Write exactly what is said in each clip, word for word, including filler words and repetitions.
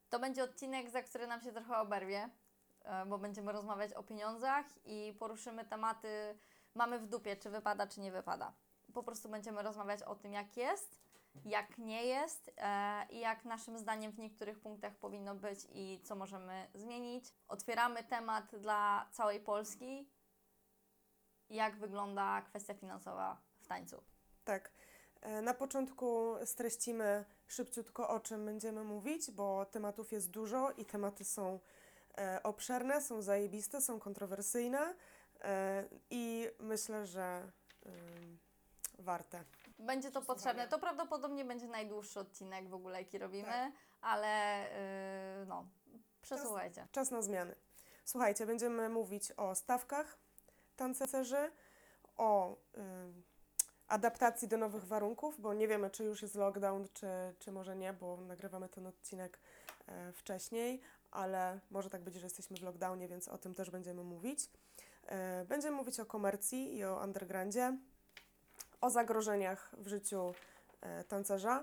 To będzie odcinek, za który nam się trochę oberwie, bo będziemy rozmawiać o pieniądzach i poruszymy tematy, mamy w dupie, czy wypada, czy nie wypada. Po prostu będziemy rozmawiać o tym, jak jest, jak nie jest e, i jak naszym zdaniem w niektórych punktach powinno być i co możemy zmienić. Otwieramy temat dla całej Polski, jak wygląda kwestia finansowa w tańcu. Tak. Na początku streścimy szybciutko, o czym będziemy mówić, bo tematów jest dużo i tematy są e, obszerne, są zajebiste, są kontrowersyjne e, i myślę, że e, warte. Będzie to potrzebne. To prawdopodobnie będzie najdłuższy odcinek w ogóle, jaki robimy, tak. ale yy, no, przesłuchajcie. Czas, czas na zmiany. Słuchajcie, będziemy mówić o stawkach tancerzy, o y, adaptacji do nowych warunków, bo nie wiemy, czy już jest lockdown, czy, czy może nie, bo nagrywamy ten odcinek e, wcześniej, ale może tak być, że jesteśmy w lockdownie, więc o tym też będziemy mówić. E, będziemy mówić o komercji i o undergroundzie, o zagrożeniach w życiu e, tancerza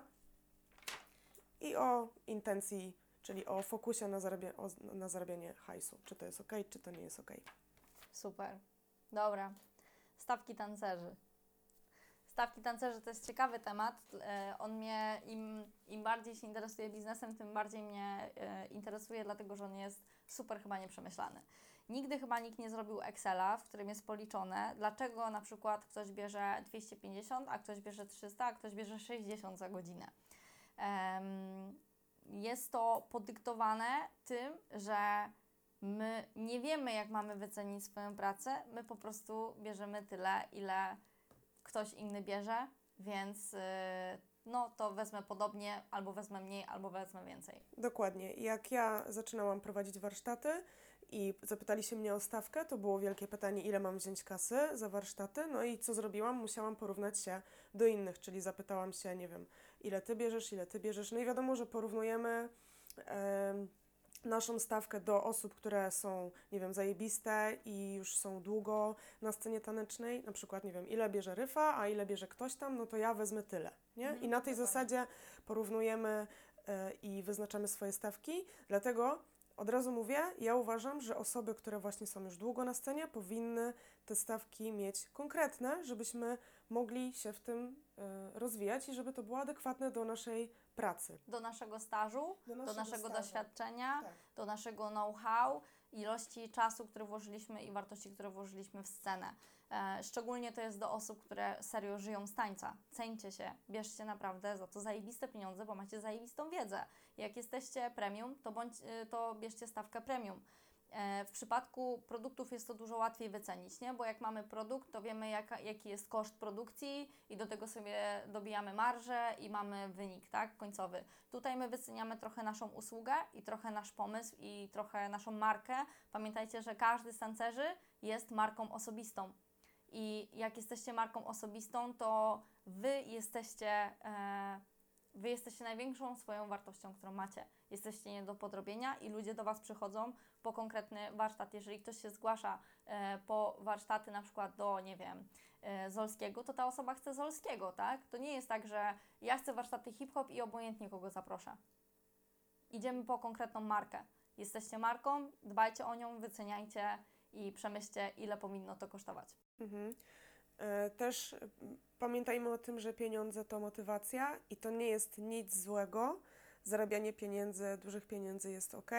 i o intencji, czyli o fokusie na, zarabia, o, na zarabianie hajsu. Czy to jest ok, czy to nie jest ok. Super. Dobra. Stawki tancerzy. Stawki tancerzy to jest ciekawy temat. On mnie, im, im bardziej się interesuje biznesem, tym bardziej mnie interesuje, dlatego że on jest super chyba nieprzemyślany. Nigdy chyba nikt nie zrobił Excela, w którym jest policzone, dlaczego na przykład ktoś bierze dwieście pięćdziesiąt, a ktoś bierze trzysta, a ktoś bierze sześćdziesiąt za godzinę. Um, jest to podyktowane tym, że my nie wiemy, jak mamy wycenić swoją pracę, my po prostu bierzemy tyle, ile ktoś inny bierze, więc yy, no to wezmę podobnie, albo wezmę mniej, albo wezmę więcej. Dokładnie. Jak ja zaczynałam prowadzić warsztaty i zapytali się mnie o stawkę, to było wielkie pytanie, ile mam wziąć kasy za warsztaty, no i co zrobiłam? Musiałam porównać się do innych, czyli zapytałam się, nie wiem, ile ty bierzesz, ile ty bierzesz, no i wiadomo, że porównujemy yy, naszą stawkę do osób, które są, nie wiem, zajebiste i już są długo na scenie tanecznej, na przykład, nie wiem, ile bierze Ryfa, a ile bierze ktoś tam, no to ja wezmę tyle, nie? Mhm, I na tej dokładnie. zasadzie porównujemy y, i wyznaczamy swoje stawki, dlatego od razu mówię, ja uważam, że osoby, które właśnie są już długo na scenie, powinny te stawki mieć konkretne, żebyśmy mogli się w tym y, rozwijać i żeby to było adekwatne do naszej pracy. Do naszego stażu, Do do naszego naszego stażu. doświadczenia, Tak. do naszego know-how, ilości czasu, który włożyliśmy i wartości, które włożyliśmy w scenę. E, szczególnie to jest do osób, które serio żyją z tańca. Ceńcie się, bierzcie naprawdę za to zajebiste pieniądze, bo macie zajebistą wiedzę. Jak jesteście premium, to, bądź, to bierzcie stawkę premium. W przypadku produktów jest to dużo łatwiej wycenić, nie? Bo jak mamy produkt, to wiemy jaka, jaki jest koszt produkcji i do tego sobie dobijamy marżę i mamy wynik, tak, końcowy. Tutaj my wyceniamy trochę naszą usługę i trochę nasz pomysł i trochę naszą markę. Pamiętajcie, że każdy z tancerzy jest marką osobistą i jak jesteście marką osobistą, to Wy jesteście... E, Wy jesteście największą swoją wartością, którą macie. Jesteście nie do podrobienia i ludzie do Was przychodzą po konkretny warsztat. Jeżeli ktoś się zgłasza e, po warsztaty na przykład do, nie wiem, e, Zolskiego, to ta osoba chce Zolskiego, tak? To nie jest tak, że ja chcę warsztaty hip-hop i obojętnie kogo zaproszę. Idziemy po konkretną markę. Jesteście marką, dbajcie o nią, wyceniajcie i przemyślcie, ile powinno to kosztować. Mhm. Też pamiętajmy o tym, że pieniądze to motywacja i to nie jest nic złego. Zarabianie pieniędzy, dużych pieniędzy jest ok.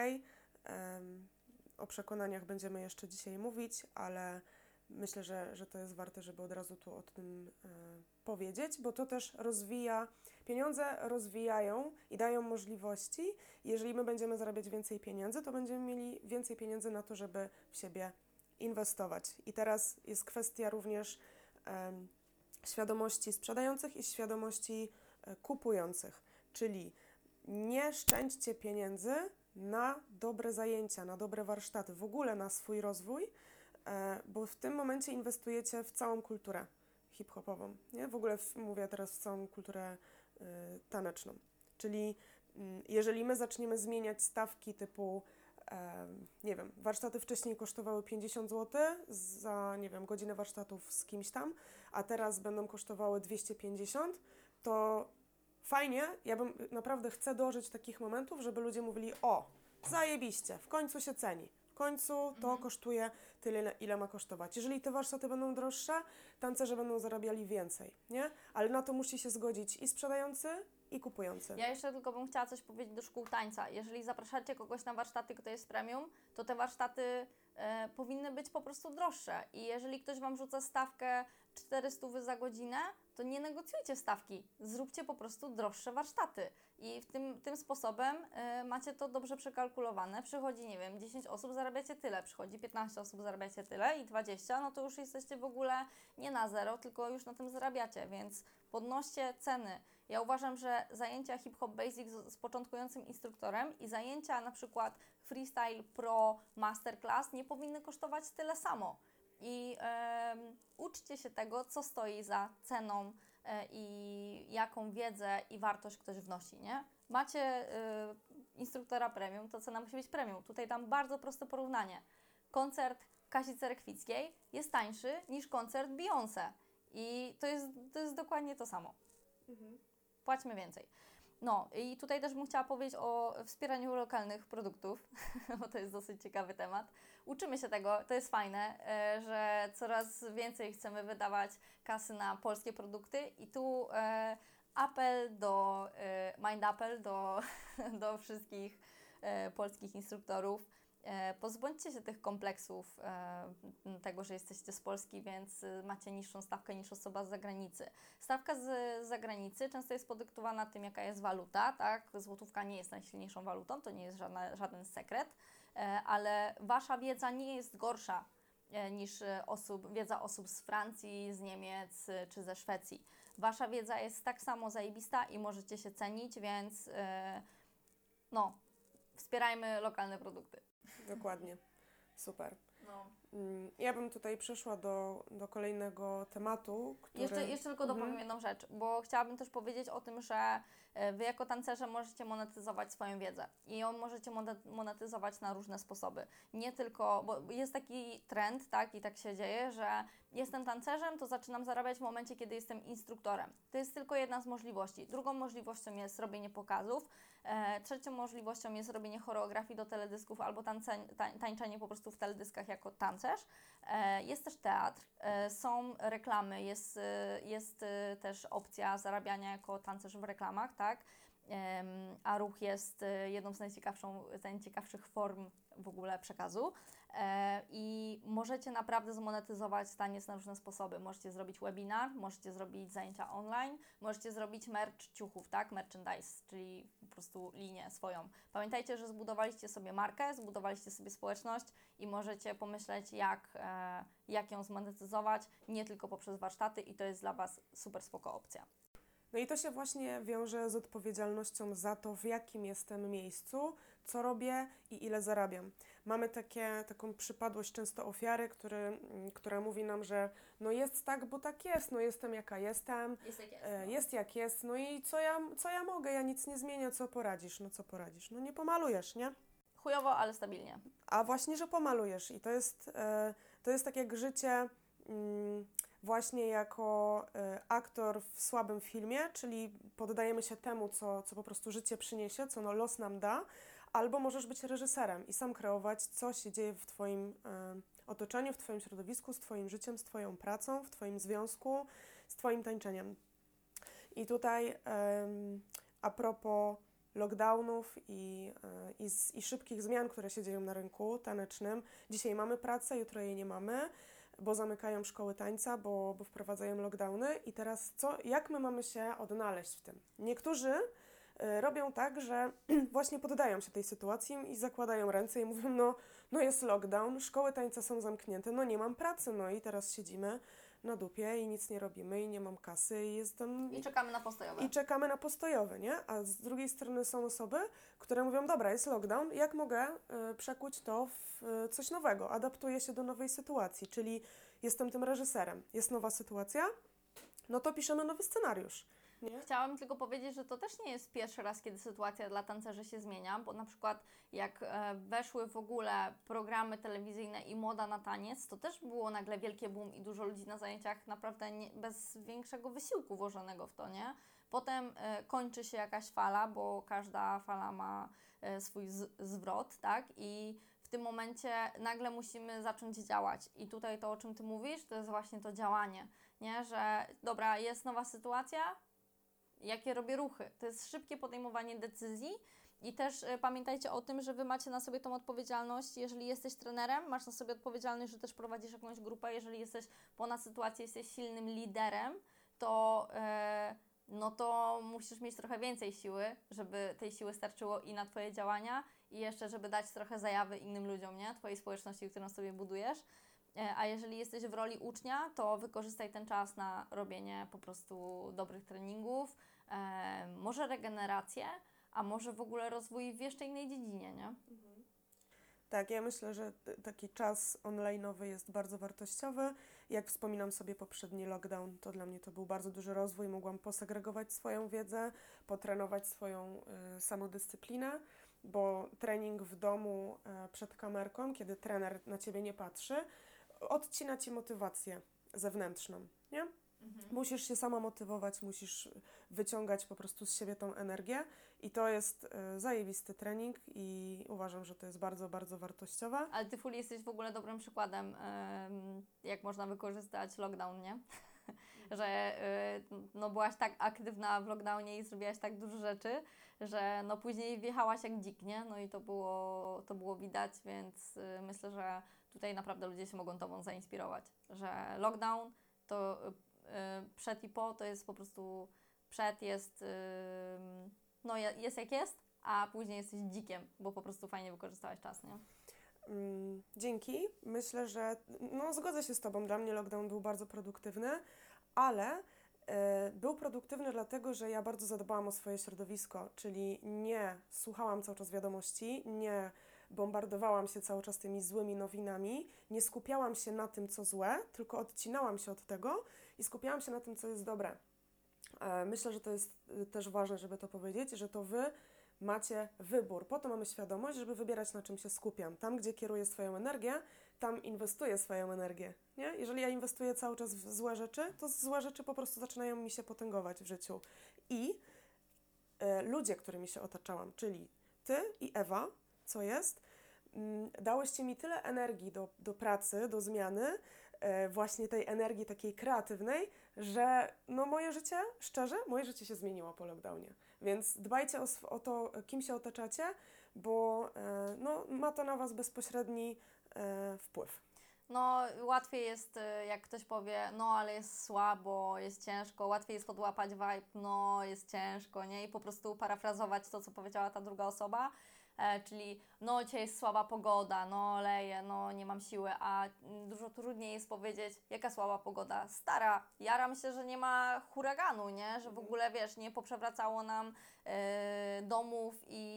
O przekonaniach będziemy jeszcze dzisiaj mówić, ale myślę, że, że to jest warte, żeby od razu tu o tym powiedzieć, bo to też rozwija, pieniądze rozwijają i dają możliwości. Jeżeli my będziemy zarabiać więcej pieniędzy, to będziemy mieli więcej pieniędzy na to, żeby w siebie inwestować. I teraz jest kwestia również um, świadomości sprzedających i świadomości e, kupujących. Czyli nie szczędźcie pieniędzy na dobre zajęcia, na dobre warsztaty, w ogóle na swój rozwój, e, bo w tym momencie inwestujecie w całą kulturę hip-hopową. Nie? W ogóle w, mówię teraz w całą kulturę y, taneczną. Czyli y, jeżeli my zaczniemy zmieniać stawki typu nie wiem, warsztaty wcześniej kosztowały pięćdziesiąt złotych za, nie wiem, godzinę warsztatów z kimś tam, a teraz będą kosztowały dwieście pięćdziesiąt, to fajnie, ja bym naprawdę chcę dożyć takich momentów, żeby ludzie mówili, o, zajebiście, w końcu się ceni. W końcu to Mhm. kosztuje tyle, ile ma kosztować. Jeżeli te warsztaty będą droższe, tancerze będą zarabiali więcej, nie? Ale na to musi się zgodzić i sprzedający, i kupujący. Ja jeszcze tylko bym chciała coś powiedzieć do szkół tańca. Jeżeli zapraszacie kogoś na warsztaty, kto jest premium, to te warsztaty e, powinny być po prostu droższe. I jeżeli ktoś Wam rzuca stawkę czterysta za godzinę, to nie negocjujcie stawki. Zróbcie po prostu droższe warsztaty. I w tym, tym sposobem e, macie to dobrze przekalkulowane. Przychodzi, nie wiem, dziesięć osób, zarabiacie tyle. Przychodzi piętnaście osób, zarabiacie tyle i dwadzieścia, no to już jesteście w ogóle nie na zero, tylko już na tym zarabiacie. Więc podnoście ceny. Ja uważam, że zajęcia Hip Hop Basics z, z początkującym instruktorem i zajęcia na przykład Freestyle Pro Masterclass nie powinny kosztować tyle samo. I em, uczcie się tego, co stoi za ceną e, i jaką wiedzę i wartość ktoś wnosi, nie? Macie e, instruktora premium, to cena musi być premium. Tutaj dam bardzo proste porównanie. Koncert Kasi Cerekwickiej jest tańszy niż koncert Beyoncé. I to jest, to jest dokładnie to samo. Mhm. Płaćmy więcej. No i tutaj też bym chciała powiedzieć o wspieraniu lokalnych produktów, bo to jest dosyć ciekawy temat. Uczymy się tego, to jest fajne, e, że coraz więcej chcemy wydawać kasy na polskie produkty i tu e, apel do, e, mind apel do, do wszystkich e, polskich instruktorów. E, Pozbądźcie się tych kompleksów e, tego, że jesteście z Polski, więc e, macie niższą stawkę niż osoba z zagranicy. Stawka z, z zagranicy często jest podyktowana tym, jaka jest waluta, tak? Złotówka nie jest najsilniejszą walutą, to nie jest żadna, żaden sekret, e, ale Wasza wiedza nie jest gorsza e, niż e, osób, wiedza osób z Francji, z Niemiec e, czy ze Szwecji. Wasza wiedza jest tak samo zajebista i możecie się cenić, więc e, no, wspierajmy lokalne produkty. Dokładnie. Super. No. Mm, Ja bym tutaj przeszła do, do kolejnego tematu, który... Jeszcze, jeszcze tylko dopowiem Mhm. jedną rzecz, bo chciałabym też powiedzieć o tym, że e, Wy jako tancerze możecie monetyzować swoją wiedzę i ją możecie monet- monetyzować na różne sposoby. Nie tylko, bo jest taki trend, tak, i tak się dzieje, że jestem tancerzem, to zaczynam zarabiać w momencie, kiedy jestem instruktorem. To jest tylko jedna z możliwości. Drugą możliwością jest robienie pokazów, e, trzecią możliwością jest robienie choreografii do teledysków albo tance- tań- tańczenie po prostu w teledyskach jako tancerz. E, Jest też teatr, e, są reklamy, jest, e, jest e, też opcja zarabiania jako tancerz w reklamach, tak? Em, A ruch jest e, jedną z najciekawszą, z najciekawszych form w ogóle przekazu. E, I możecie naprawdę zmonetyzować taniec na różne sposoby. Możecie zrobić webinar, możecie zrobić zajęcia online, możecie zrobić merch ciuchów, tak? Merchandise, czyli po prostu linię swoją. Pamiętajcie, że zbudowaliście sobie markę, zbudowaliście sobie społeczność i możecie pomyśleć, jak, e, jak ją zmonetyzować, nie tylko poprzez warsztaty i to jest dla Was super spoko opcja. No i to się właśnie wiąże z odpowiedzialnością za to, w jakim jestem miejscu, co robię i ile zarabiam. Mamy takie, taką przypadłość często ofiary, który, mm, która mówi nam, że no jest tak, bo tak jest, no jestem jaka jestem, Jest jak jest. e, jest jak jest, no i co ja, co ja mogę, ja nic nie zmienię, co poradzisz, no co poradzisz, no nie pomalujesz, nie? Chujowo, ale stabilnie. A właśnie, że pomalujesz i to jest, e, to jest tak jak życie mm, właśnie jako e, aktor w słabym filmie, czyli poddajemy się temu, co, co po prostu życie przyniesie, co no, los nam da, albo możesz być reżyserem i sam kreować, co się dzieje w Twoim e, otoczeniu, w Twoim środowisku, z Twoim życiem, z Twoją pracą, w Twoim związku, z Twoim tańczeniem. I tutaj em, a propos lockdownów i, e, i, z, i szybkich zmian, które się dzieją na rynku tanecznym. Dzisiaj mamy pracę, jutro jej nie mamy, bo zamykają szkoły tańca, bo, bo wprowadzają lockdowny. I teraz co, jak my mamy się odnaleźć w tym? Niektórzy e, robią tak, że właśnie poddają się tej sytuacji i zakładają ręce i mówią, no, no jest lockdown, szkoły tańca są zamknięte, no nie mam pracy, no i teraz siedzimy na dupie i nic nie robimy i nie mam kasy i jestem... I czekamy na postojowe. I czekamy na postojowe, nie? A z drugiej strony są osoby, które mówią, dobra, jest lockdown, jak mogę y, przekuć to w y, coś nowego? Adaptuję się do nowej sytuacji, czyli jestem tym reżyserem. Jest nowa sytuacja, no to piszemy nowy scenariusz, nie? Chciałam tylko powiedzieć, że to też nie jest pierwszy raz, kiedy sytuacja dla tancerzy się zmienia, bo na przykład jak e, weszły w ogóle programy telewizyjne i moda na taniec, to też było nagle wielkie boom i dużo ludzi na zajęciach naprawdę nie, bez większego wysiłku włożonego w to, nie? Potem e, kończy się jakaś fala, bo każda fala ma e, swój z, zwrot, tak? I w tym momencie nagle musimy zacząć działać. I tutaj to, o czym Ty mówisz, to jest właśnie to działanie, nie? Że dobra, jest nowa sytuacja, jakie robię ruchy. To jest szybkie podejmowanie decyzji i też y, pamiętajcie o tym, że Wy macie na sobie tą odpowiedzialność, jeżeli jesteś trenerem, masz na sobie odpowiedzialność, że też prowadzisz jakąś grupę, jeżeli jesteś ponad sytuację, jesteś silnym liderem, to, y, no to musisz mieć trochę więcej siły, żeby tej siły starczyło i na Twoje działania i jeszcze, żeby dać trochę zajawy innym ludziom, nie? Twojej społeczności, którą sobie budujesz. A jeżeli jesteś w roli ucznia, to wykorzystaj ten czas na robienie po prostu dobrych treningów, e, może regenerację, a może w ogóle rozwój w jeszcze innej dziedzinie, nie? Tak, ja myślę, że t- taki czas online'owy jest bardzo wartościowy. Jak wspominam sobie poprzedni lockdown, to dla mnie to był bardzo duży rozwój. Mogłam posegregować swoją wiedzę, potrenować swoją y, samodyscyplinę, bo trening w domu y, przed kamerką, kiedy trener na Ciebie nie patrzy, odcina Ci motywację zewnętrzną, nie? Mhm. Musisz się sama motywować, musisz wyciągać po prostu z siebie tą energię i to jest y, zajebisty trening i uważam, że to jest bardzo, bardzo wartościowe. Ale Ty, Fuli, jesteś w ogóle dobrym przykładem, em, jak można wykorzystać lockdown, nie? Że y, no, byłaś tak aktywna w lockdownie i zrobiłaś tak dużo rzeczy, że no później wjechałaś jak dzik, nie? No i to było, to było widać, więc y, myślę, że tutaj naprawdę ludzie się mogą Tobą zainspirować, że lockdown to y, y, przed i po to jest po prostu, przed jest, y, no je- jest jak jest, a później jesteś dzikiem, bo po prostu fajnie wykorzystałaś czas, nie? Mm, dzięki. Myślę, że no, zgodzę się z Tobą. Dla mnie lockdown był bardzo produktywny, ale e, był produktywny dlatego, że ja bardzo zadbałam o swoje środowisko, czyli nie słuchałam cały czas wiadomości, nie bombardowałam się cały czas tymi złymi nowinami, nie skupiałam się na tym, co złe, tylko odcinałam się od tego i skupiałam się na tym, co jest dobre. E, Myślę, że to jest y, też ważne, żeby to powiedzieć, że to Wy macie wybór. Po to mamy świadomość, żeby wybierać, na czym się skupiam. Tam, gdzie kieruję swoją energię, tam inwestuję swoją energię. Nie? Jeżeli ja inwestuję cały czas w złe rzeczy, to złe rzeczy po prostu zaczynają mi się potęgować w życiu. I e, ludzie, którymi się otaczałam, czyli Ty i Ewa, co jest, mm, dałyście mi tyle energii do, do pracy, do zmiany, e, właśnie tej energii takiej kreatywnej, że no moje życie, szczerze, moje życie się zmieniło po lockdownie. Więc dbajcie o, sw- o to, kim się otaczacie, bo e, no, ma to na Was bezpośredni e, wpływ. No, łatwiej jest, y, jak ktoś powie, no ale jest słabo, jest ciężko, łatwiej jest podłapać vibe, no jest ciężko, nie? I po prostu parafrazować to, co powiedziała ta druga osoba, e, czyli no dzisiaj jest słaba pogoda, no leje, no nie mam siły, a mm, dużo trudniej jest powiedzieć, jaka słaba pogoda. Stara, jaram się, że nie ma huraganu, nie? Że w ogóle, wiesz, nie poprzewracało nam e, domów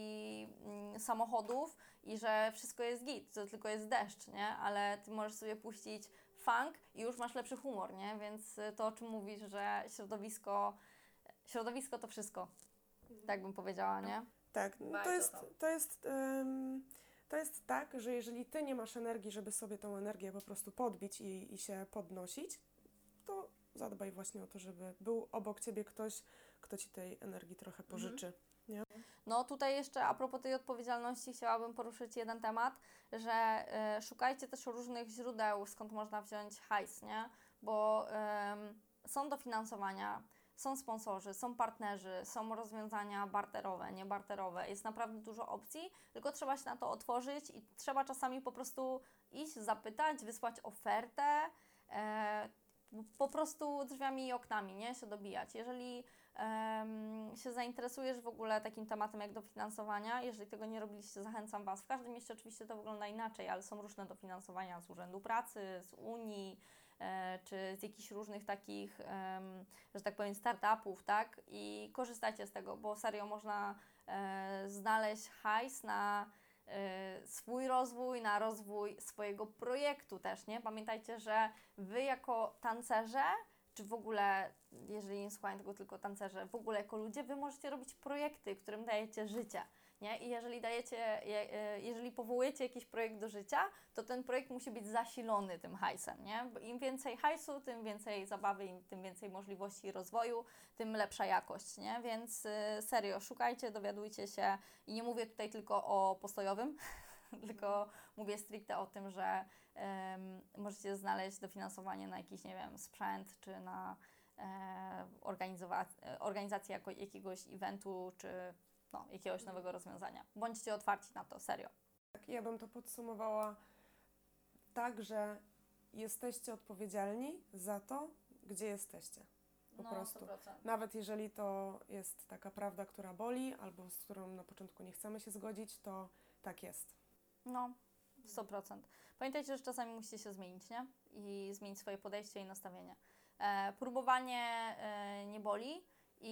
i mm, samochodów, i że wszystko jest git, to tylko jest deszcz, nie? Ale Ty możesz sobie puścić funk i już masz lepszy humor, nie? Więc y, to, o czym mówisz, że środowisko, środowisko to wszystko, tak bym powiedziała, nie? Tak, no Dbać to o jest, to. to jest, ym, to jest tak, że jeżeli Ty nie masz energii, żeby sobie tą energię po prostu podbić i, i się podnosić, to zadbaj właśnie o to, żeby był obok Ciebie ktoś, kto Ci tej energii trochę pożyczy. No tutaj jeszcze a propos tej odpowiedzialności chciałabym poruszyć jeden temat, że y, szukajcie też różnych źródeł, skąd można wziąć hajs, nie? Bo ym, są dofinansowania, są sponsorzy, są partnerzy, są rozwiązania barterowe, niebarterowe. Jest naprawdę dużo opcji, tylko trzeba się na to otworzyć i trzeba czasami po prostu iść, zapytać, wysłać ofertę, e, po prostu drzwiami i oknami, nie? Się dobijać. Jeżeli em, się zainteresujesz w ogóle takim tematem jak dofinansowania, jeżeli tego nie robiliście, zachęcam Was. W każdym mieście oczywiście to wygląda inaczej, ale są różne dofinansowania z Urzędu Pracy, z Unii, e, czy z jakichś różnych takich, em, że tak powiem, startupów, tak? I korzystajcie z tego, bo serio można e, znaleźć hajs na e, swój rozwój, na rozwój swojego projektu też, nie? Pamiętajcie, że Wy jako tancerze, czy w ogóle, jeżeli nie słuchają tego tylko tancerze, w ogóle jako ludzie, Wy możecie robić projekty, którym dajecie życie. nie? I jeżeli dajecie, je- e, jeżeli powołujecie jakiś projekt do życia, to ten projekt musi być zasilony tym hajsem, nie? Bo im więcej hajsu, tym więcej zabawy, im- tym więcej możliwości rozwoju, tym lepsza jakość, nie? Więc y, serio, szukajcie, dowiadujcie się i nie mówię tutaj tylko o postojowym, tylko mówię stricte o tym, że em, możecie znaleźć dofinansowanie na jakiś, nie wiem, sprzęt, czy na e, organizowa- e, organizację jako, jakiegoś eventu, czy no, jakiegoś nowego rozwiązania. Bądźcie otwarci na to, serio. Tak, ja bym to podsumowała tak, że jesteście odpowiedzialni za to, gdzie jesteście. Po prostu. sto procent. Nawet jeżeli to jest taka prawda, która boli, albo z którą na początku nie chcemy się zgodzić, to tak jest. No, sto procent. Pamiętajcie, że czasami musicie się zmienić, nie? I zmienić swoje podejście i nastawienie. E, próbowanie e, nie boli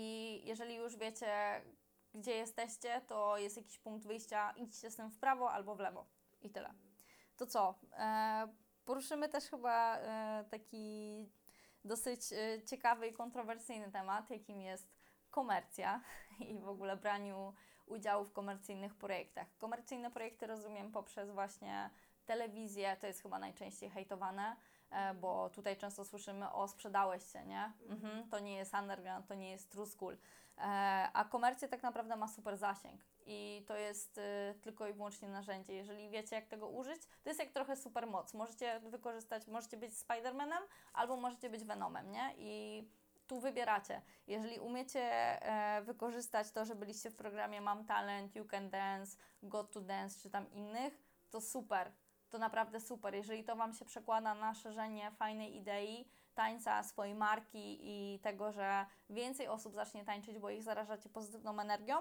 i jeżeli już wiecie, gdzie jesteście, to jest jakiś punkt wyjścia, idźcie z tym w prawo albo w lewo. I tyle. To co? E, poruszymy też chyba e, taki dosyć e, ciekawy i kontrowersyjny temat, jakim jest komercja i w ogóle braniu udziału w komercyjnych projektach. Komercyjne projekty rozumiem poprzez właśnie telewizję, to jest chyba najczęściej hejtowane, e, bo tutaj często słyszymy o sprzedałeś się, nie? Mhm, to nie jest underground, to nie jest true school. E, a komercja tak naprawdę ma super zasięg i to jest y, tylko i wyłącznie narzędzie. Jeżeli wiecie, jak tego użyć, to jest jak trochę supermoc. Możecie wykorzystać, możecie być Spider-Manem albo możecie być Venomem, nie? I tu wybieracie. Jeżeli umiecie e, wykorzystać to, że byliście w programie Mam Talent, You Can Dance, Got to Dance czy tam innych, to super. To naprawdę super. Jeżeli to Wam się przekłada na szerzenie fajnej idei, tańca, swojej marki i tego, że więcej osób zacznie tańczyć, bo ich zarażacie pozytywną energią,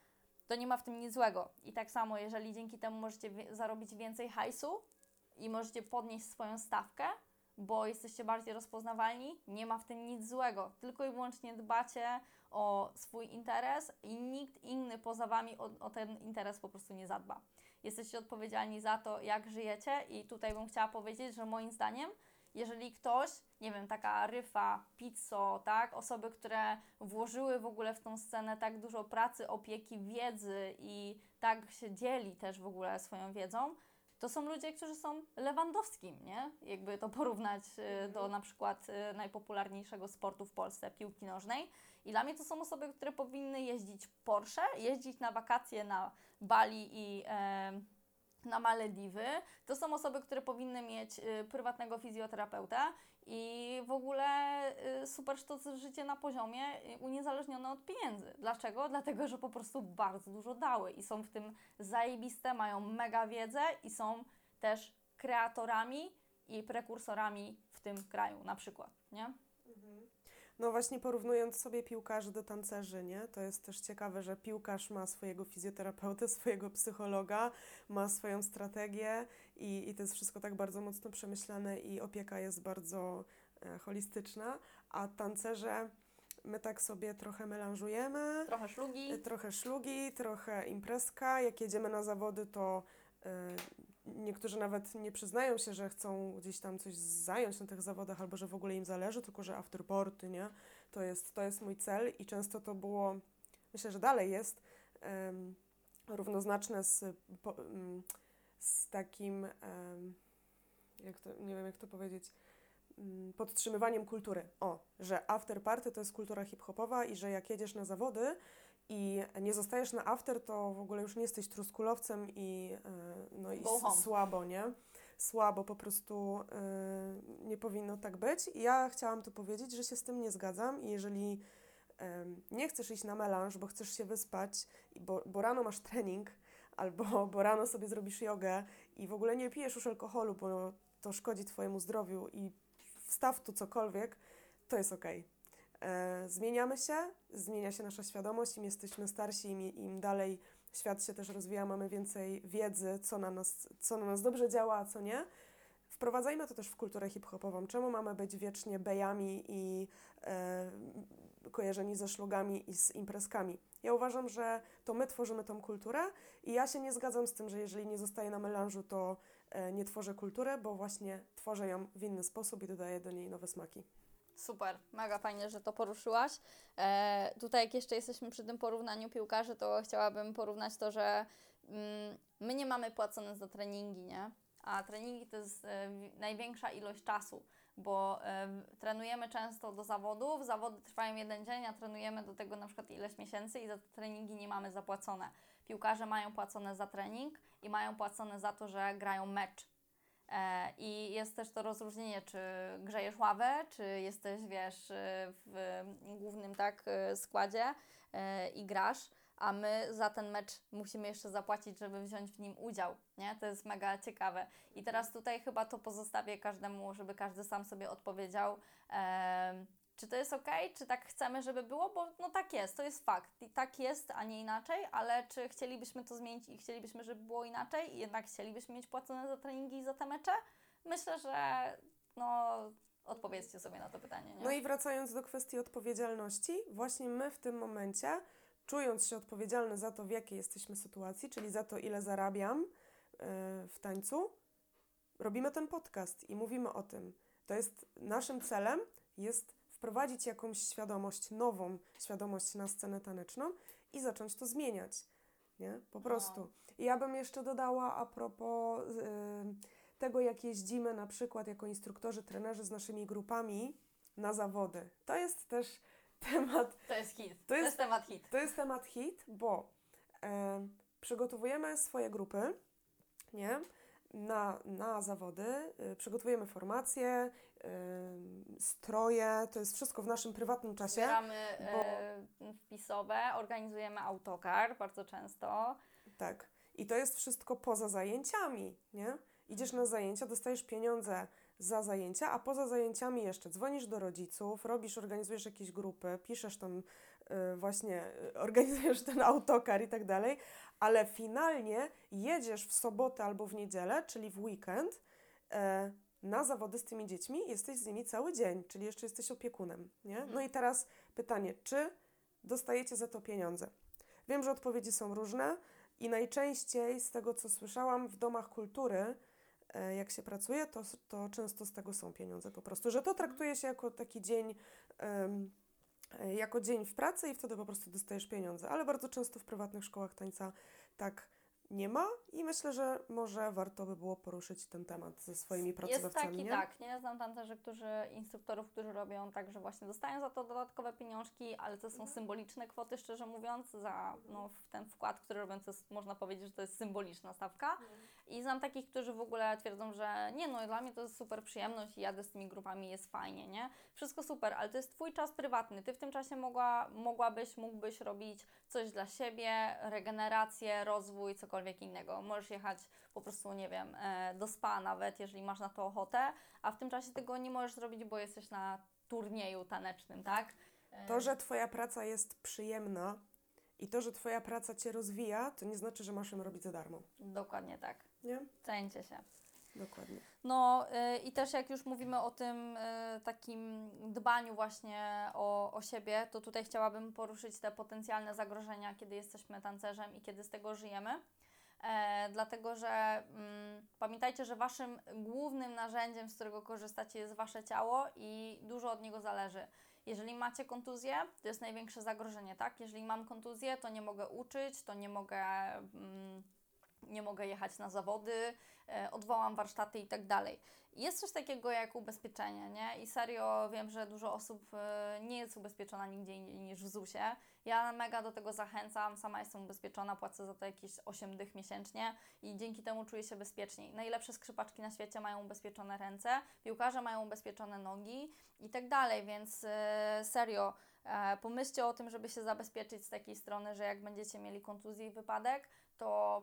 to nie ma w tym nic złego. I tak samo, jeżeli dzięki temu możecie wie- zarobić więcej hajsu i możecie podnieść swoją stawkę, bo jesteście bardziej rozpoznawalni, nie ma w tym nic złego. Tylko i wyłącznie dbacie o swój interes i nikt inny poza Wami o, o ten interes po prostu nie zadba. Jesteście odpowiedzialni za to, jak żyjecie i tutaj bym chciała powiedzieć, że moim zdaniem, jeżeli ktoś, nie wiem, taka Ryfa, Pizzo, tak, osoby, które włożyły w ogóle w tą scenę tak dużo pracy, opieki, wiedzy i tak się dzieli też w ogóle swoją wiedzą, to są ludzie, którzy są Lewandowskim, nie? Jakby to porównać y, do na przykład y, najpopularniejszego sportu w Polsce, piłki nożnej. I dla mnie to są osoby, które powinny jeździć Porsche, jeździć na wakacje na Bali i e, na Malediwy. To są osoby, które powinny mieć y, prywatnego fizjoterapeutę i w ogóle y, super sztuce życie na poziomie y, uniezależnione od pieniędzy. Dlaczego? Dlatego, że po prostu bardzo dużo dały i są w tym zajebiste, mają mega wiedzę i są też kreatorami i prekursorami w tym kraju na przykład, nie? No właśnie porównując sobie piłkarzy do tancerzy, nie? To jest też ciekawe, że piłkarz ma swojego fizjoterapeutę, swojego psychologa, ma swoją strategię i, i to jest wszystko tak bardzo mocno przemyślane i opieka jest bardzo e, holistyczna, a tancerze my tak sobie trochę melanżujemy, Trochę szlugi. e, trochę szlugi, trochę imprezka. Jak jedziemy na zawody, to e, niektórzy nawet nie przyznają się, że chcą gdzieś tam coś zająć na tych zawodach albo że w ogóle im zależy, tylko że afterparty, nie? To jest, to jest mój cel i często to było, myślę, że dalej jest, em, równoznaczne z, po, em, z takim, em, jak to, nie wiem jak to powiedzieć, mm, podtrzymywaniem kultury. O, że afterparty to jest kultura hip-hopowa i że jak jedziesz na zawody i nie zostajesz na after, to w ogóle już nie jesteś truskulowcem i, e, no i Go s- home. słabo, nie? Słabo, po prostu e, nie powinno tak być. I ja chciałam tu powiedzieć, że się z tym nie zgadzam i jeżeli em, nie chcesz iść na melanż, bo chcesz się wyspać, i bo, bo rano masz trening, albo bo rano sobie zrobisz jogę i w ogóle nie pijesz już alkoholu, bo to szkodzi Twojemu zdrowiu i wstaw tu cokolwiek, to jest okej. E, Zmieniamy się, zmienia się nasza świadomość, im jesteśmy starsi, im, im dalej świat się też rozwija, mamy więcej wiedzy, co na nas, co na nas dobrze działa, a co nie. Wprowadzajmy to też w kulturę hip-hopową. Czemu mamy być wiecznie bejami i e, kojarzeni ze szlugami i z imprezkami? Ja uważam, że to my tworzymy tą kulturę i ja się nie zgadzam z tym, że jeżeli nie zostaję na melanżu, to e, nie tworzę kultury, bo właśnie tworzę ją w inny sposób i dodaję do niej nowe smaki. Super, mega fajnie, że to poruszyłaś. E, tutaj jak jeszcze jesteśmy przy tym porównaniu piłkarzy, to chciałabym porównać to, że mm, my nie mamy płacone za treningi, nie? A treningi to jest e, wi- największa ilość czasu, bo e, trenujemy często do zawodów, zawody trwają jeden dzień, a trenujemy do tego na przykład ileś miesięcy i za te treningi nie mamy zapłacone. Piłkarze mają płacone za trening i mają płacone za to, że grają mecz. E, I jest też to rozróżnienie, czy grzejesz ławę, czy jesteś, wiesz, e, w głównym tak e, składzie e, i grasz, a my za ten mecz musimy jeszcze zapłacić, żeby wziąć w nim udział, nie? To jest mega ciekawe. I teraz tutaj chyba to pozostawię każdemu, żeby każdy sam sobie odpowiedział, e, czy to jest ok, czy tak chcemy, żeby było, bo no tak jest, to jest fakt. I tak jest, a nie inaczej, ale czy chcielibyśmy to zmienić i chcielibyśmy, żeby było inaczej i jednak chcielibyśmy mieć płacone za treningi i za te mecze? Myślę, że no odpowiedzcie sobie na to pytanie, nie? No i wracając do kwestii odpowiedzialności, właśnie my w tym momencie, czując się odpowiedzialne za to, w jakiej jesteśmy sytuacji, czyli za to, ile zarabiam yy, w tańcu, robimy ten podcast i mówimy o tym. To jest naszym celem, jest wprowadzić jakąś świadomość, nową świadomość na scenę taneczną i zacząć to zmieniać, nie? Po prostu. I ja bym jeszcze dodała a propos yy, tego, jak jeździmy na przykład jako instruktorzy, trenerzy z naszymi grupami na zawody. To jest też temat, To jest hit. To To jest- jest temat hit. to jest temat hit, bo e, przygotowujemy swoje grupy, nie? Na, na zawody, y, przygotowujemy formacje, y, stroje, to jest wszystko w naszym prywatnym czasie. Zbieramy bo- e, wpisowe, organizujemy autokar bardzo często. Tak. I to jest wszystko poza zajęciami, nie? Idziesz na zajęcia, dostajesz pieniądze za zajęcia, a poza zajęciami jeszcze dzwonisz do rodziców, robisz, organizujesz jakieś grupy, piszesz tam y, właśnie, y, organizujesz ten autokar i tak dalej, ale finalnie jedziesz w sobotę albo w niedzielę, czyli w weekend, e, na zawody z tymi dziećmi, jesteś z nimi cały dzień, czyli jeszcze jesteś opiekunem, nie? No i teraz pytanie, czy dostajecie za to pieniądze? Wiem, że odpowiedzi są różne i najczęściej z tego, co słyszałam, w domach kultury, e, jak się pracuje, to, to często z tego są pieniądze po prostu, że to traktuje się jako taki dzień, em, e, jako dzień w pracy i wtedy po prostu dostajesz pieniądze, ale bardzo często w prywatnych szkołach tańca tak nie ma i myślę, że może warto by było poruszyć ten temat ze swoimi Jest pracodawcami, tak i nie? tak, nie? Znam tancerzy, którzy, instruktorów, którzy robią tak, że właśnie dostają za to dodatkowe pieniążki, ale to są symboliczne kwoty, szczerze mówiąc, za no, w ten wkład, który robią, to jest, można powiedzieć, że to jest symboliczna stawka. I znam takich, którzy w ogóle twierdzą, że nie no, dla mnie to jest super przyjemność i jadę z tymi grupami, jest fajnie, nie? Wszystko super, ale to jest Twój czas prywatny. Ty w tym czasie mogła, mogłabyś, mógłbyś robić coś dla siebie, regenerację, rozwój, cokolwiek innego. Możesz jechać po prostu, nie wiem, e, do spa nawet, jeżeli masz na to ochotę, a w tym czasie tego nie możesz zrobić, bo jesteś na turnieju tanecznym, tak? E, To, że Twoja praca jest przyjemna i to, że Twoja praca Cię rozwija, to nie znaczy, że masz ją robić za darmo, Dokładnie tak. nie? Ceńcie się. Dokładnie. No y, i też jak już mówimy o tym y, takim dbaniu właśnie o, o siebie, to tutaj chciałabym poruszyć te potencjalne zagrożenia, kiedy jesteśmy tancerzem i kiedy z tego żyjemy. E, dlatego, że mm, pamiętajcie, że Waszym głównym narzędziem, z którego korzystacie, jest Wasze ciało i dużo od niego zależy. Jeżeli macie kontuzję, to jest największe zagrożenie, tak? Jeżeli mam kontuzję, to nie mogę uczyć, to nie mogę... Mm, nie mogę jechać na zawody, e, odwołam warsztaty i tak dalej. Jest coś takiego jak ubezpieczenie, nie? I serio wiem, że dużo osób e, nie jest ubezpieczona nigdzie indziej niż w zusie. Ja mega do tego zachęcam, sama jestem ubezpieczona, płacę za to jakieś osiem dych miesięcznie i dzięki temu czuję się bezpieczniej. Najlepsze skrzypaczki na świecie mają ubezpieczone ręce, piłkarze mają ubezpieczone nogi i tak dalej, więc e, serio, e, pomyślcie o tym, żeby się zabezpieczyć z takiej strony, że jak będziecie mieli kontuzję i wypadek, to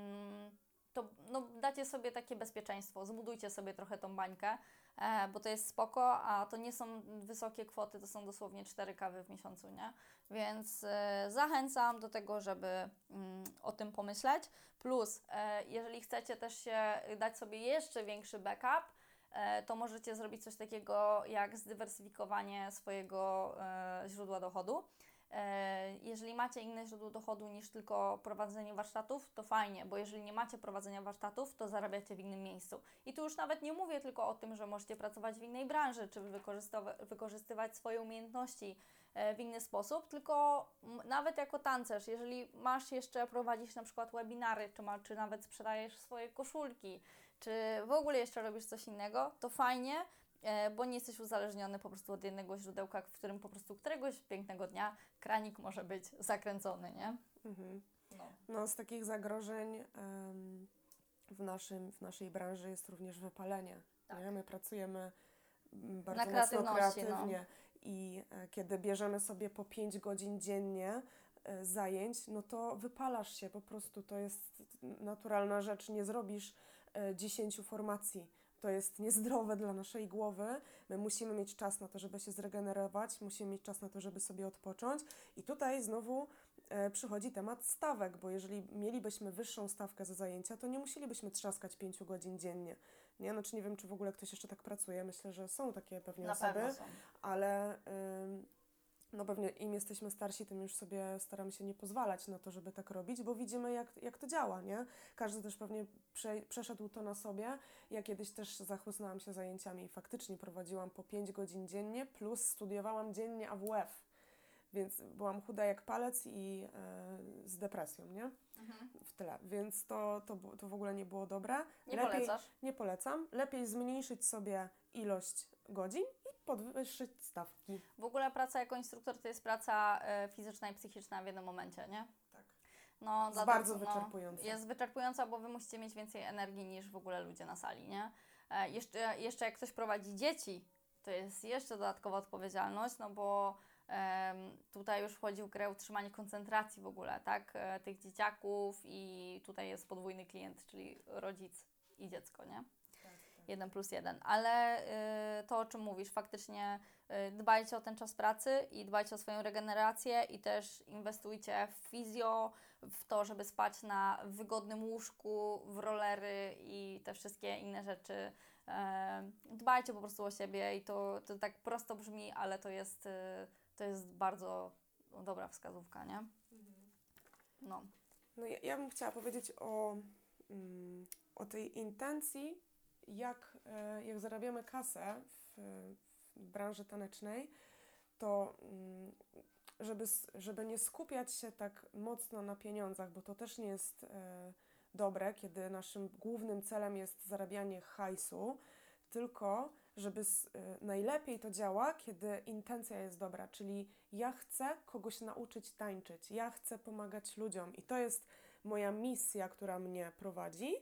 to no, dacie sobie takie bezpieczeństwo, zbudujcie sobie trochę tą bańkę, e, bo to jest spoko, a to nie są wysokie kwoty, to są dosłownie cztery kawy w miesiącu, nie? Więc e, zachęcam do tego, żeby mm, o tym pomyśleć. Plus, e, jeżeli chcecie też się dać sobie jeszcze większy backup, e, to możecie zrobić coś takiego jak zdywersyfikowanie swojego e, źródła dochodu. E, jeżeli macie inne źródło dochodu niż tylko prowadzenie warsztatów, to fajnie, bo jeżeli nie macie prowadzenia warsztatów, to zarabiacie w innym miejscu. I tu już nawet nie mówię tylko o tym, że możecie pracować w innej branży, czy wykorzystywa- wykorzystywać swoje umiejętności e, w inny sposób, tylko m, nawet jako tancerz, jeżeli masz jeszcze prowadzić na przykład webinary, czy, ma, czy nawet sprzedajesz swoje koszulki, czy w ogóle jeszcze robisz coś innego, to fajnie, e, bo nie jesteś uzależniony po prostu od jednego źródełka, w którym po prostu któregoś pięknego dnia kranik może być zakręcony, nie? Mhm. No. No, z takich zagrożeń em, w, naszym, w naszej branży jest również wypalenie. Tak. Nie? My pracujemy mm, Na bardzo mocno kreatywności, kreatywnie i e, kiedy bierzemy sobie po pięć godzin dziennie e, zajęć, no to wypalasz się po prostu. To jest naturalna rzecz. Nie zrobisz e, dziesięciu formacji. To jest niezdrowe dla naszej głowy. My musimy mieć czas na to, żeby się zregenerować, musimy mieć czas na to, żeby sobie odpocząć. I tutaj znowu e, przychodzi temat stawek, bo jeżeli mielibyśmy wyższą stawkę za zajęcia, to nie musielibyśmy trzaskać pięciu godzin dziennie. Nie? Znaczy nie wiem, czy w ogóle ktoś jeszcze tak pracuje. Myślę, że są takie pewnie Na osoby, pewno są. ale ym, no pewnie im jesteśmy starsi, tym już sobie staramy się nie pozwalać na to, żeby tak robić, bo widzimy, jak, jak to działa, nie? Każdy też pewnie prze, przeszedł to na sobie. Ja kiedyś też zachłysnęłam się zajęciami i faktycznie prowadziłam po pięć godzin dziennie, plus studiowałam dziennie A W F, więc byłam chuda jak palec i e, z depresją, nie? Mhm. W tyle, więc to, to, bu- to w ogóle nie było dobre. Nie Lepiej, polecasz? Nie polecam. Lepiej zmniejszyć sobie ilość godzin i podwyższyć stawki. W ogóle praca jako instruktor to jest praca e, fizyczna i psychiczna w jednym momencie, nie? Tak. No, Jest dlatego, bardzo no, wyczerpująca. jest wyczerpująca, bo Wy musicie mieć więcej energii niż w ogóle ludzie na sali, nie? E, jeszcze, jeszcze jak ktoś prowadzi dzieci, to jest jeszcze dodatkowa odpowiedzialność, no bo em, tutaj już wchodzi w grę utrzymanie koncentracji w ogóle, tak? E, tych dzieciaków i tutaj jest podwójny klient, czyli rodzic i dziecko, nie? Jeden plus jeden, ale y, to, o czym mówisz, faktycznie y, dbajcie o ten czas pracy i dbajcie o swoją regenerację i też inwestujcie w fizjo, w to, żeby spać na wygodnym łóżku, w rollery i te wszystkie inne rzeczy. E, dbajcie po prostu o siebie i to, to tak prosto brzmi, ale to jest, y, to jest bardzo dobra wskazówka, nie? No. No ja, ja bym chciała powiedzieć o, mm, o tej intencji, jak, e, jak zarabiamy kasę w, w branży tanecznej, to mm, żeby, s- żeby nie skupiać się tak mocno na pieniądzach, bo to też nie jest e, dobre, kiedy naszym głównym celem jest zarabianie hajsu, tylko żeby s- e, najlepiej to działa, kiedy intencja jest dobra, czyli ja chcę kogoś nauczyć tańczyć, ja chcę pomagać ludziom i to jest moja misja, która mnie prowadzi.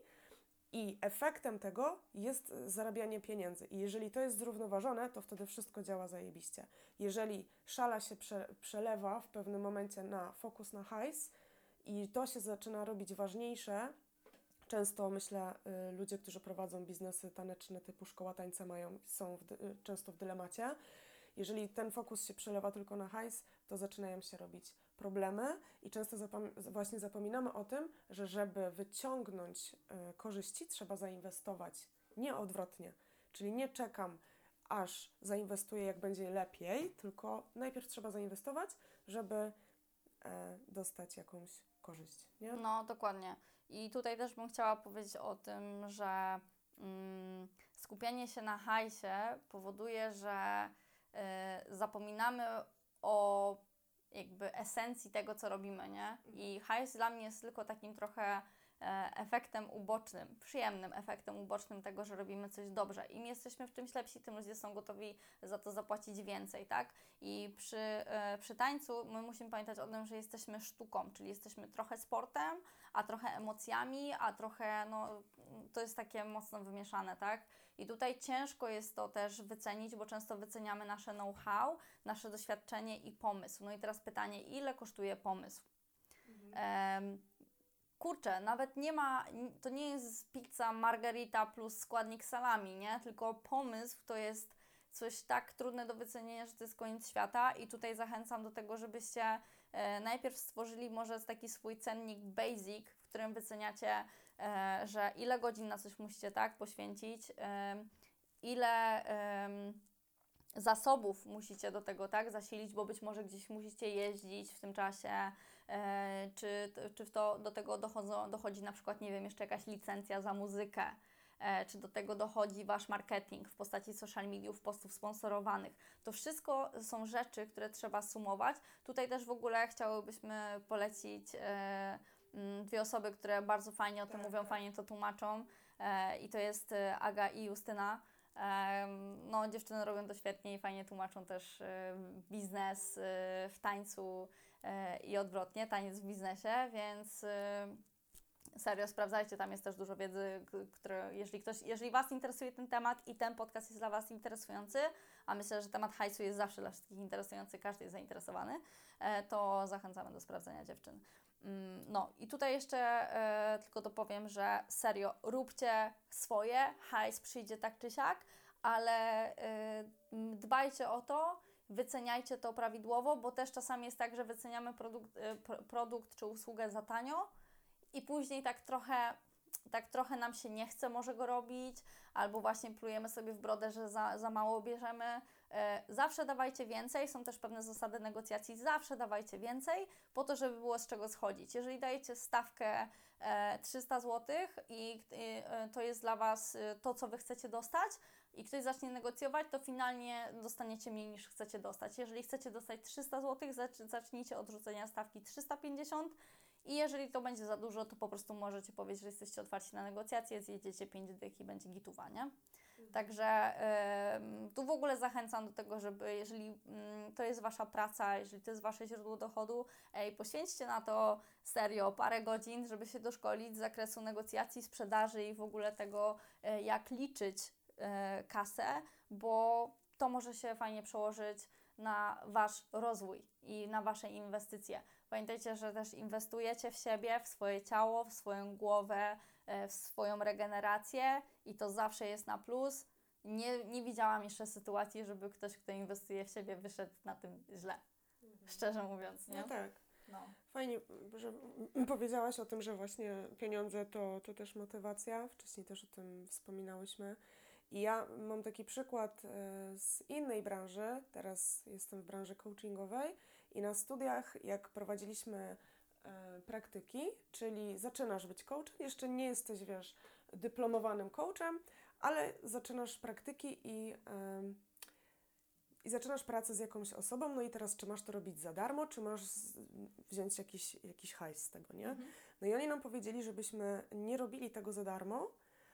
I efektem tego jest zarabianie pieniędzy. I jeżeli to jest zrównoważone, to wtedy wszystko działa zajebiście. Jeżeli szala się prze, przelewa w pewnym momencie na fokus na hajs i to się zaczyna robić ważniejsze, często myślę, y, ludzie, którzy prowadzą biznesy taneczne typu szkoła tańca mają, są w, dy- y, często w dylemacie. Jeżeli ten fokus się przelewa tylko na hajs, to zaczynają się robić problemy i często zapom- właśnie zapominamy o tym, że żeby wyciągnąć y, korzyści, trzeba zainwestować, nie odwrotnie. Czyli nie czekam, aż zainwestuję, jak będzie lepiej, tylko najpierw trzeba zainwestować, żeby e, dostać jakąś korzyść, nie? No, dokładnie. I tutaj też bym chciała powiedzieć o tym, że mm, skupianie się na hajsie powoduje, że y, zapominamy o jakby esencji tego, co robimy, nie? I hajs dla mnie jest tylko takim trochę e, efektem ubocznym, przyjemnym efektem ubocznym tego, że robimy coś dobrze. Im jesteśmy w czymś lepsi, tym ludzie są gotowi za to zapłacić więcej, tak? I przy, e, przy tańcu my musimy pamiętać o tym, że jesteśmy sztuką, czyli jesteśmy trochę sportem, a trochę emocjami, a trochę, no, to jest takie mocno wymieszane, tak? I tutaj ciężko jest to też wycenić, bo często wyceniamy nasze know-how, nasze doświadczenie i pomysł. No i teraz pytanie, ile kosztuje pomysł? Em, kurczę, nawet nie ma, to nie jest pizza margarita plus składnik salami, nie? Tylko pomysł to jest coś tak trudne do wycenienia, że to jest koniec świata i tutaj zachęcam do tego, żebyście e, najpierw stworzyli może taki swój cennik basic, w którym wyceniacie, e, że ile godzin na coś musicie tak poświęcić, e, ile em, zasobów musicie do tego, tak, zasilić, bo być może gdzieś musicie jeździć w tym czasie, e, czy, czy w to, do tego dochodzą, dochodzi na przykład, nie wiem, jeszcze jakaś licencja za muzykę, e, czy do tego dochodzi Wasz marketing w postaci social mediów, postów sponsorowanych. To wszystko są rzeczy, które trzeba sumować. Tutaj też w ogóle chciałybyśmy polecić e, m, dwie osoby, które bardzo fajnie o tym Tak, mówią, tak. fajnie to tłumaczą, e, i to jest e, Aga i Justyna. Em, No, dziewczyny robią to świetnie i fajnie tłumaczą też e, biznes e, w tańcu e, i odwrotnie, taniec w biznesie, więc e, serio sprawdzajcie, tam jest też dużo wiedzy, k- które, jeżeli ktoś, jeżeli Was interesuje ten temat i ten podcast jest dla Was interesujący, a myślę, że temat hajsu jest zawsze dla wszystkich interesujący, każdy jest zainteresowany, e, to zachęcamy do sprawdzenia dziewczyn. Mm, No i tutaj jeszcze e, tylko dopowiem, że serio, róbcie swoje, hajs przyjdzie tak czy siak, ale e, m, dbajcie o to, wyceniajcie to prawidłowo, bo też czasami jest tak, że wyceniamy produkt, e, pro, produkt czy usługę za tanio i później tak trochę, tak trochę nam się nie chce może go robić, albo właśnie plujemy sobie w brodę, że za, za mało bierzemy. E, zawsze dawajcie więcej, są też pewne zasady negocjacji, zawsze dawajcie więcej, po to, żeby było z czego schodzić. Jeżeli dajecie stawkę e, trzysta złotych i e, to jest dla Was e, to, co Wy chcecie dostać, i ktoś zacznie negocjować, to finalnie dostaniecie mniej niż chcecie dostać. Jeżeli chcecie dostać trzysta złotych, zacz- zacznijcie od rzucenia stawki trzysta pięćdziesiąt. I jeżeli to będzie za dużo, to po prostu możecie powiedzieć, że jesteście otwarci na negocjacje, zjedziecie pięć dych i będzie gituwa, nie? Także em, tu w ogóle zachęcam do tego, żeby jeżeli mm, to jest Wasza praca, jeżeli to jest Wasze źródło dochodu, ej, poświęćcie na to serio parę godzin, żeby się doszkolić z zakresu negocjacji, sprzedaży i w ogóle tego, e, jak liczyć e, kasę, bo to może się fajnie przełożyć na Wasz rozwój i na Wasze inwestycje. Pamiętajcie, że też inwestujecie w siebie, w swoje ciało, w swoją głowę, e, w swoją regenerację i to zawsze jest na plus. Nie, nie widziałam jeszcze sytuacji, żeby ktoś, kto inwestuje w siebie, wyszedł na tym źle. Szczerze mówiąc, nie? No tak. No. Fajnie, że powiedziałaś o tym, że właśnie pieniądze to, to też motywacja. Wcześniej też o tym wspominałyśmy. I ja mam taki przykład e, z innej branży. Teraz jestem w branży coachingowej i na studiach, jak prowadziliśmy e, praktyki, czyli zaczynasz być coachem, jeszcze nie jesteś, wiesz, dyplomowanym coachem, ale zaczynasz praktyki i, em, i zaczynasz pracę z jakąś osobą, no i teraz czy masz to robić za darmo, czy masz z, wziąć jakiś, jakiś hajs z tego, nie? Mhm. No i oni nam powiedzieli, żebyśmy nie robili tego za darmo,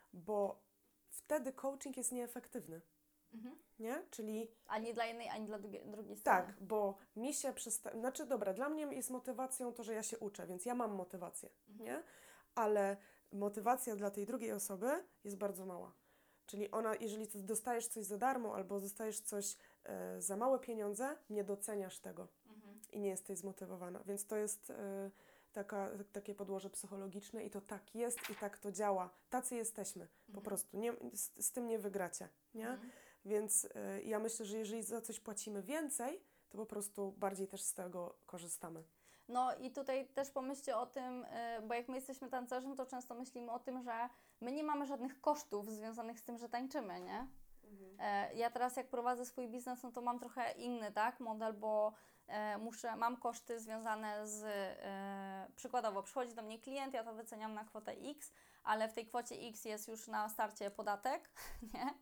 bo wtedy coaching jest nieefektywny, Mhm. nie? Czyli Ani dla jednej, ani dla drugiej, drugiej strony. tak, bo mi się przysta... Znaczy, dobra, dla mnie jest motywacją to, że ja się uczę, więc ja mam motywację, Mhm. nie? Ale motywacja dla tej drugiej osoby jest bardzo mała. Czyli ona, jeżeli ty dostajesz coś za darmo albo dostajesz coś e, za małe pieniądze, nie doceniasz tego Mhm. i nie jesteś zmotywowana. Więc to jest e, taka, takie podłoże psychologiczne i to tak jest i tak to działa. Tacy jesteśmy, po Mhm. prostu. Nie, z, z tym nie wygracie, nie? Mhm. Więc y, ja myślę, że jeżeli za coś płacimy więcej, to po prostu bardziej też z tego korzystamy. No i tutaj też pomyślcie o tym, y, bo jak my jesteśmy tancerzem, to często myślimy o tym, że my nie mamy żadnych kosztów związanych z tym, że tańczymy, nie? E, Ja teraz jak prowadzę swój biznes, no to mam trochę inny, tak, model, bo e, muszę, mam koszty związane z, e, przykładowo przychodzi do mnie klient, ja to wyceniam na kwotę X, ale w tej kwocie X jest już na starcie podatek, nie?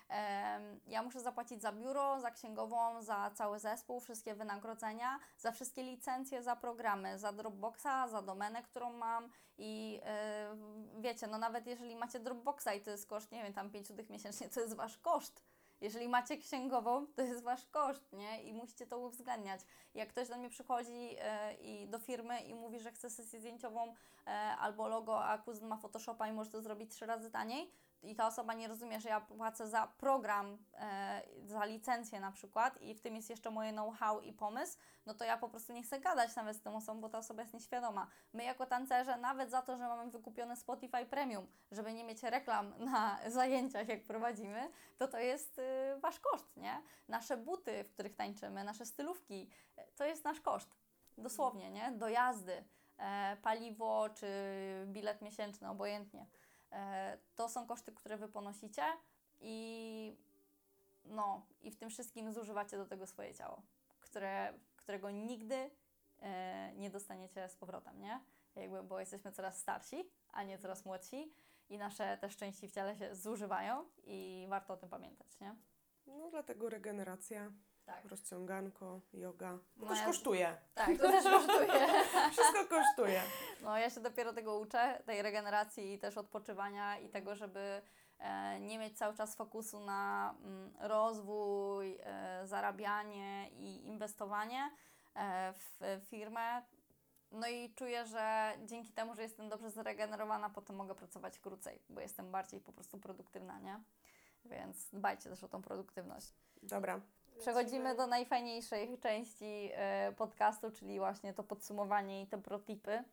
Em, Ja muszę zapłacić za biuro, za księgową, za cały zespół, wszystkie wynagrodzenia, za wszystkie licencje, za programy, za Dropboxa, za domenę, którą mam i e, wiecie, no nawet jeżeli macie Dropboxa i to jest koszt, nie wiem, tam pięć dych miesięcznie, to jest Wasz koszt. Jeżeli macie księgową, to jest Wasz koszt, nie? I musicie to uwzględniać. Jak ktoś do mnie przychodzi e, i do firmy i mówi, że chce sesję zdjęciową e, albo logo, a kuzyn ma Photoshopa i może to zrobić trzy razy taniej, i ta osoba nie rozumie, że ja płacę za program, e, za licencję na przykład i w tym jest jeszcze moje know-how i pomysł, no to ja po prostu nie chcę gadać nawet z tą osobą, bo ta osoba jest nieświadoma. My jako tancerze, nawet za to, że mamy wykupione Spotify Premium, żeby nie mieć reklam na zajęciach, jak prowadzimy, to to jest y, Wasz koszt, nie? Nasze buty, w których tańczymy, nasze stylówki, e, to jest nasz koszt. Dosłownie, nie? Dojazdy, e, paliwo czy bilet miesięczny, obojętnie. E, To są koszty, które Wy ponosicie i no i w tym wszystkim zużywacie do tego swoje ciało, które, którego nigdy e, nie dostaniecie z powrotem, nie? Jakby, bo jesteśmy coraz starsi, a nie coraz młodsi i nasze też części w ciele się zużywają i warto o tym pamiętać, nie? No dlatego regeneracja, Tak. rozciąganko, yoga. To No też ja- kosztuje. Tak, to też kosztuje. Wszystko kosztuje. No ja się dopiero tego uczę, tej regeneracji i też odpoczywania i tego, żeby e, nie mieć cały czas fokusu na mm, rozwój, e, zarabianie i inwestowanie e, w firmę. No i czuję, że dzięki temu, że jestem dobrze zregenerowana, potem mogę pracować krócej, bo jestem bardziej po prostu produktywna, nie? Więc dbajcie też o tą produktywność. Dobra. Przechodzimy do najfajniejszej części e, podcastu, czyli właśnie to podsumowanie i te protipy.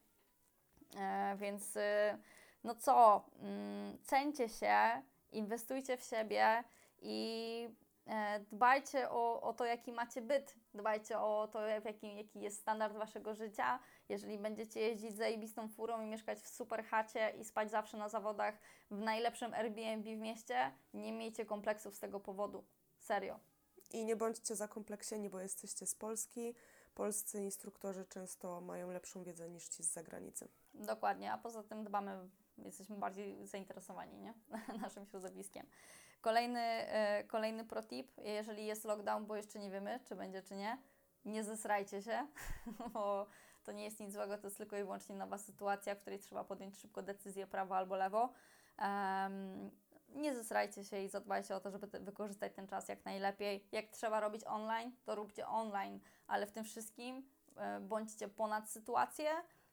E, więc e, no co, mm, ceńcie się, inwestujcie w siebie i e, dbajcie o, o to, jaki macie byt. Dbajcie o to, w jaki, jaki jest standard waszego życia. Jeżeli będziecie jeździć zajebistą furą i mieszkać w super chacie i spać zawsze na zawodach w najlepszym Airbnb w mieście, nie miejcie kompleksów z tego powodu. Serio. I nie bądźcie zakompleksieni, bo jesteście z Polski. Polscy instruktorzy często mają lepszą wiedzę niż ci z zagranicy. Dokładnie, a poza tym dbamy, jesteśmy bardziej zainteresowani, nie? Naszym środowiskiem. Kolejny, e, kolejny protip, jeżeli jest lockdown, bo jeszcze nie wiemy, czy będzie, czy nie, nie zesrajcie się, bo to nie jest nic złego, to jest tylko i wyłącznie nowa sytuacja, w której trzeba podjąć szybko decyzję prawo albo lewo. Um, nie zesrajcie się i zadbajcie o to, żeby te, wykorzystać ten czas jak najlepiej. Jak trzeba robić online, to róbcie online, ale w tym wszystkim e, bądźcie ponad sytuację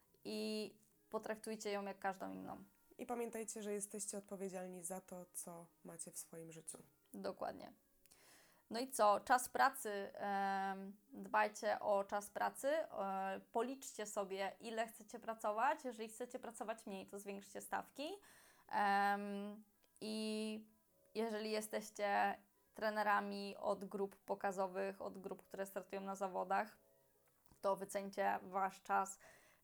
i potraktujcie ją jak każdą inną. I pamiętajcie, że jesteście odpowiedzialni za to, co macie w swoim życiu. Dokładnie. No i co? Czas pracy. em, dbajcie o czas pracy. E, policzcie sobie, ile chcecie pracować. Jeżeli chcecie pracować mniej, to zwiększcie stawki. Em, I jeżeli jesteście trenerami od grup pokazowych, od grup, które startują na zawodach, to wyceńcie wasz czas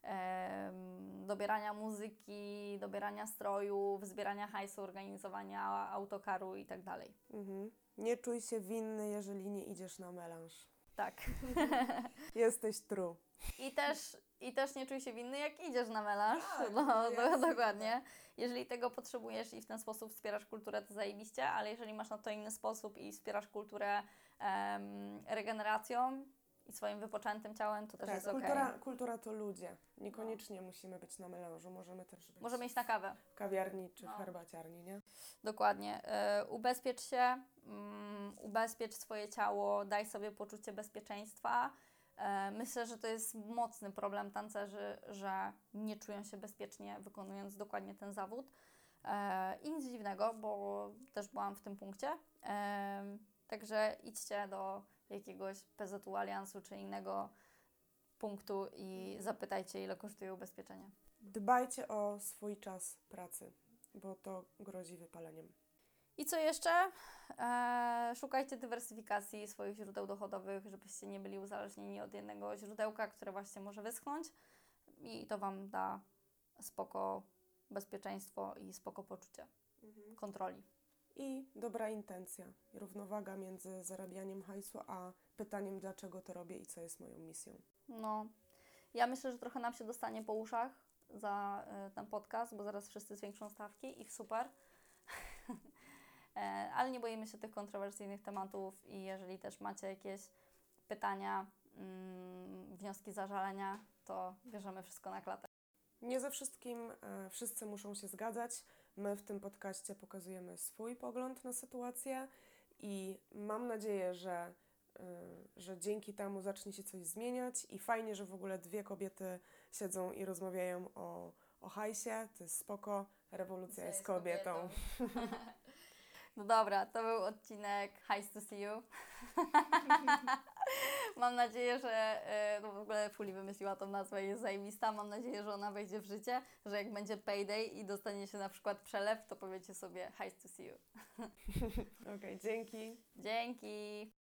em, dobierania muzyki, dobierania strojów, zbierania hajsu, organizowania autokaru i tak dalej. Mhm. Nie czuj się winny, jeżeli nie idziesz na melanż. Tak. Jesteś true. I też, I też nie czuj się winny, jak idziesz na melanż. Tak, No, no do, jasne, dokładnie. Jeżeli tego potrzebujesz i w ten sposób wspierasz kulturę, to zajebiście, ale jeżeli masz na to inny sposób i wspierasz kulturę em, regeneracją i swoim wypoczętym ciałem, to też Tak, jest okej. kultura, kultura to ludzie. Niekoniecznie musimy być na melanżu. Możemy też być Możemy iść na kawę. w kawiarni czy No. w herbaciarni, nie? Dokładnie. E, ubezpiecz się, mm, ubezpiecz swoje ciało, daj sobie poczucie bezpieczeństwa. E, myślę, że to jest mocny problem tancerzy, że nie czują się bezpiecznie wykonując dokładnie ten zawód. E, I nic dziwnego, bo też byłam w tym punkcie. E, także idźcie do jakiegoś P Z U Aliansu czy innego punktu i zapytajcie, ile kosztuje ubezpieczenie. Dbajcie o swój czas pracy, bo to grozi wypaleniem. I co jeszcze? Eee, szukajcie dywersyfikacji swoich źródeł dochodowych, żebyście nie byli uzależnieni od jednego źródełka, które właśnie może wyschnąć i to Wam da spoko bezpieczeństwo i spoko poczucie Mhm. kontroli. I dobra intencja, równowaga między zarabianiem hajsu, a pytaniem, dlaczego to robię i co jest moją misją. No, ja myślę, że trochę nam się dostanie po uszach za y, ten podcast, bo zaraz wszyscy zwiększą stawki i super. E, ale nie boimy się tych kontrowersyjnych tematów i jeżeli też macie jakieś pytania, mm, wnioski, zażalenia, to bierzemy wszystko na klatę. Nie ze wszystkim e, wszyscy muszą się zgadzać. My w tym podcaście pokazujemy swój pogląd na sytuację i mam nadzieję, że, e, że dzięki temu zacznie się coś zmieniać i fajnie, że w ogóle dwie kobiety siedzą i rozmawiają o, o hajsie. To jest spoko. Rewolucja jest kobietą. No dobra, to był odcinek Highs to See You. Mam nadzieję, że e, no w ogóle Fuli wymyśliła tą nazwę, jest zajebista. Mam nadzieję, że ona wejdzie w życie, że jak będzie payday i dostanie się na przykład przelew, to powiecie sobie Highs to See You. Okej, dzięki. Dzięki!